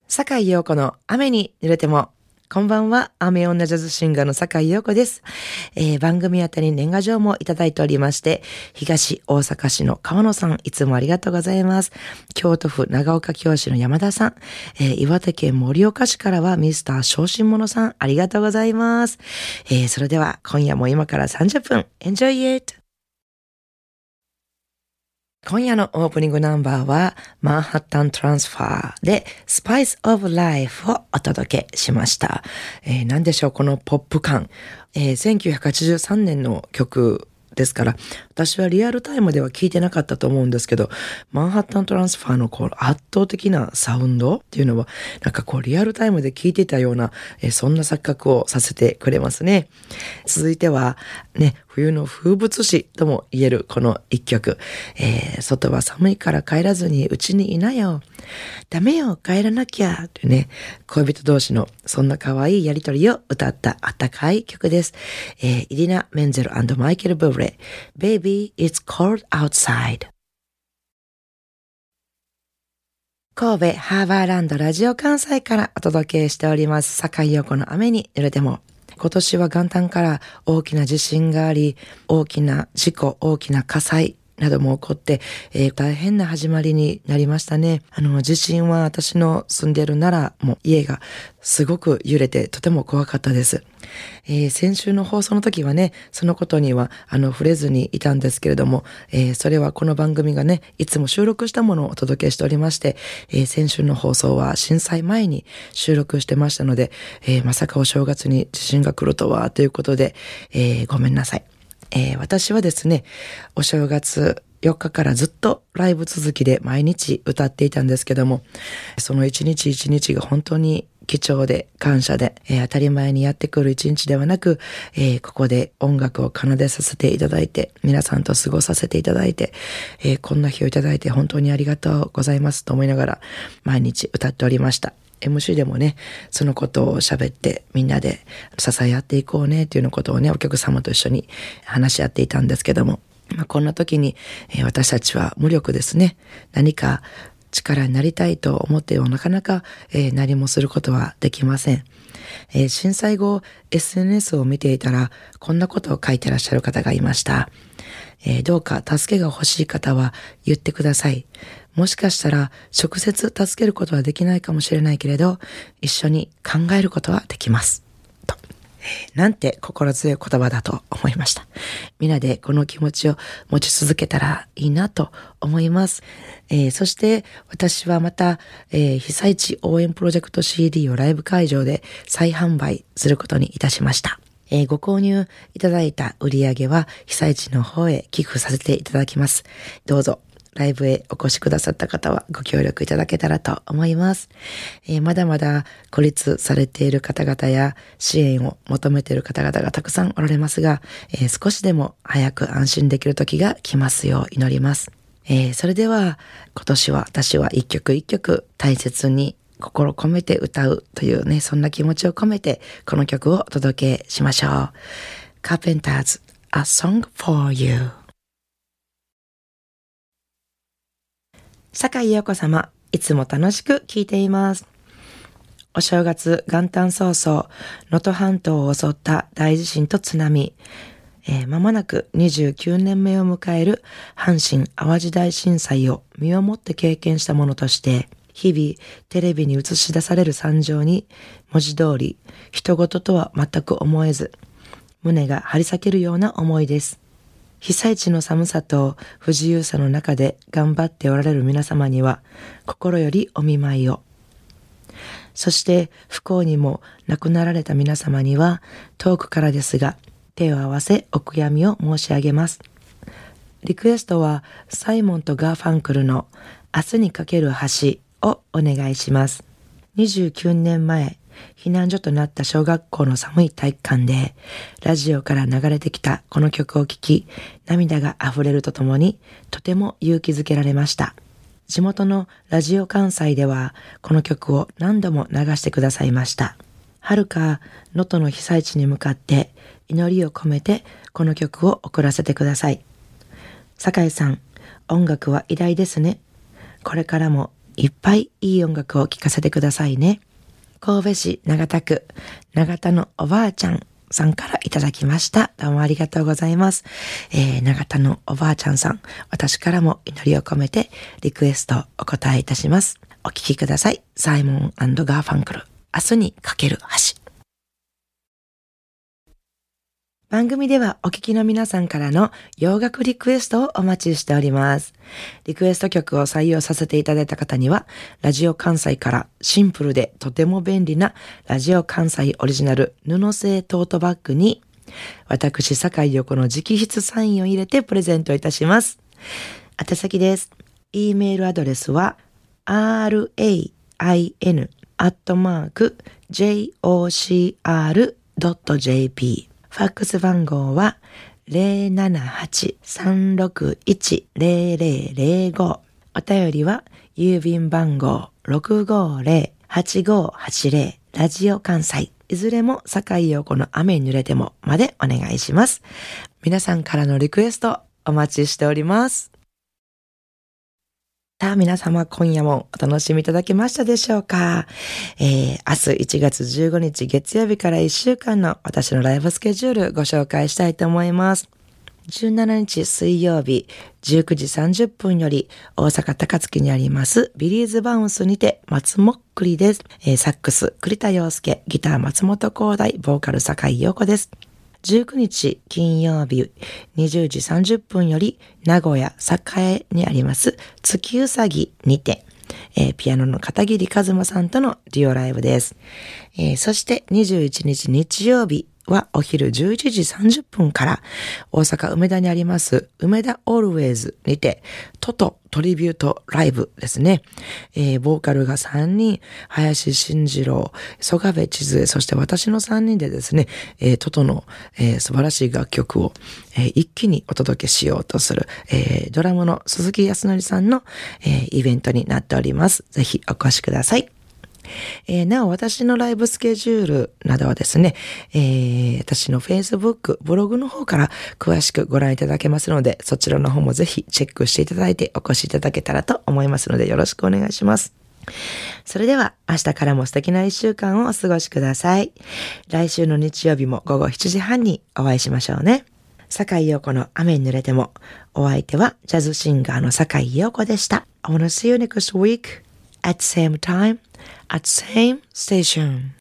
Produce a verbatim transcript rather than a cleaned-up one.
坂井陽子の雨に濡れても。こんばんは、雨女ジャズシンガーの坂井陽子です。えー、番組あたり年賀状もいただいておりまして、東大阪市の川野さん、いつもありがとうございます。京都府長岡京市の山田さん、えー、岩手県盛岡市からはミスター小心者さん、ありがとうございます。えー、それでは今夜も今からさんじゅっぷん、Enjoy it! 今夜のオープニングナンバーはマンハッタントランスファーで Spice of Life をお届けしました。えー、何でしょうこのポップ感、えー、せんきゅうひゃくはちじゅうさんねんの曲ですから、私はリアルタイムでは聞いてなかったと思うんですけど、マンハッタントランスファーのこう圧倒的なサウンドっていうのはなんかこうリアルタイムで聞いていたような、えー、そんな錯覚をさせてくれますね。続いてはね、冬の風物詩とも言えるこの一曲、えー、外は寒いから帰らずにうちにいなよ、ダメよ帰らなきゃというね、恋人同士のそんな可愛いやりとりを歌ったあったかい曲です。えー、イディナ・メンゼル&マイケル・ブーブレ Baby It's Cold Outside。 神戸ハーバーランドラジオ関西からお届けしております坂井陽子の雨に濡れても。今年は元旦から大きな地震があり、大きな事故、大きな火災なども起こって、えー、大変な始まりになりましたね。あの、地震は私の住んでいる奈良も家がすごく揺れてとても怖かったです。えー、先週の放送の時はね、そのことにはあの触れずにいたんですけれども、えー、それはこの番組がね、いつも収録したものをお届けしておりまして、えー、先週の放送は震災前に収録してましたので、えー、まさかお正月に地震が来るとはということで、えー、ごめんなさい。えー、私はですね、お正月よっかからずっとライブ続きで毎日歌っていたんですけども、その一日一日が本当に貴重で感謝で、えー、当たり前にやってくる一日ではなく、えー、ここで音楽を奏でさせていただいて、皆さんと過ごさせていただいて、えー、こんな日をいただいて本当にありがとうございますと思いながら毎日歌っておりました。エムシー でもね、そのことを喋ってみんなで支え合っていこうねというようなことをね、お客様と一緒に話し合っていたんですけども、まあ、こんな時に、えー、私たちは無力ですね。何か力になりたいと思ってもなかなか、えー、何もすることはできません。えー、震災後 エスエヌエス を見ていたらこんなことを書いてらっしゃる方がいました。えー、どうか助けが欲しい方は言ってください。もしかしたら直接助けることはできないかもしれないけれど、一緒に考えることはできますと、えー、なんて心強い言葉だと思いました。みんなでこの気持ちを持ち続けたらいいなと思います。えー、そして私はまた、えー、被災地応援プロジェクト シーディー をライブ会場で再販売することにいたしました。えー、ご購入いただいた売り上げは被災地の方へ寄付させていただきます。どうぞライブへお越しくださった方はご協力いただけたらと思います。えー、まだまだ孤立されている方々や支援を求めている方々がたくさんおられますが、えー、少しでも早く安心できる時が来ますよう祈ります。えー、それでは今年は私は一曲一曲大切に心込めて歌うというね、そんな気持ちを込めてこの曲をお届けしましょう。Carpenters A Song for You。坂井陽子様、いつも楽しく聞いています。お正月元旦早々、能登半島を襲った大地震と津波、えー、間もなくにじゅうきゅうねんめを迎える阪神淡路大震災を身をもって経験したものとして、日々テレビに映し出される惨状に文字通り人事とは全く思えず、胸が張り裂けるような思いです。被災地の寒さと不自由さの中で頑張っておられる皆様には心よりお見舞いを。そして不幸にも亡くなられた皆様には遠くからですが手を合わせお悔やみを申し上げます。リクエストはサイモンとガーファンクルの明日にかける橋をお願いします。にじゅうきゅうねんまえ、避難所となった小学校の寒い体育館でラジオから流れてきたこの曲を聴き、涙があふれるとともにとても勇気づけられました。地元のラジオ関西ではこの曲を何度も流してくださいました。遥か能登の被災地に向かって祈りを込めてこの曲を送らせてください。酒井さん、音楽は偉大ですね。これからもいっぱいいい音楽を聴かせてくださいね。神戸市長田区長田のおばあちゃんさんからいただきました。どうもありがとうございます。えー、長田のおばあちゃんさん、私からも祈りを込めてリクエストをお答えいたします。お聴きください。サイモン&ガーファンクル、明日にかける橋。番組ではお聞きの皆さんからの洋楽リクエストをお待ちしております。リクエスト曲を採用させていただいた方には、ラジオ関西からシンプルでとても便利なラジオ関西オリジナル布製トートバッグに、私、坂井陽子の直筆サインを入れてプレゼントいたします。宛先です。e メールアドレスは ライン アットマーク ジェイオーシーアール ドット ジェーピー。ファックス番号は ゼロななはち さんろくいち ゼロゼロゼロご。お便りは郵便番号 ろくごーぜろ はちごーはちぜろ ラジオ関西。いずれも坂井陽子の雨に濡れてもまでお願いします。皆さんからのリクエストお待ちしております。さあ皆様、今夜もお楽しみいただけましたでしょうか。えー、明日いちがつじゅうごにち月曜日からいっしゅうかんの私のライブスケジュールご紹介したいと思います。じゅうしちにち水曜日じゅうくじさんじゅっぷんより大阪高槻にありますビリーズバウンスにて松もっくりです。えー、サックス栗田洋介、ギター松本光大、ボーカル坂井陽子です。じゅうくにち金曜日にじゅうじさんじゅっぷんより名古屋栄にあります月うさぎにて、えー、ピアノの片桐和馬さんとのデュオライブです。えー、そしてにじゅういちにち日曜日はお昼じゅういちじさんじゅっぷんから大阪梅田にあります梅田オールウェイズにてトトトリビュートライブですね。えー、ボーカルがさんにん、林慎二郎、曽我部千鶴、そして私のさんにんでですね、えー、トトの、えー、素晴らしい楽曲を、えー、一気にお届けしようとする、えー、ドラムの鈴木康則さんの、えー、イベントになっております。ぜひお越しください。えー、なお私のライブスケジュールなどはですね、えー、私の Facebook、ブログの方から詳しくご覧いただけますので、そちらの方もぜひチェックしていただいてお越しいただけたらと思いますのでよろしくお願いします。それでは明日からも素敵な一週間をお過ごしください。来週の日曜日もごごしちじはんにお会いしましょうね。坂井陽子の雨に濡れても、お相手はジャズシンガーの坂井陽子でした。I wanna see you next week at same time at same station.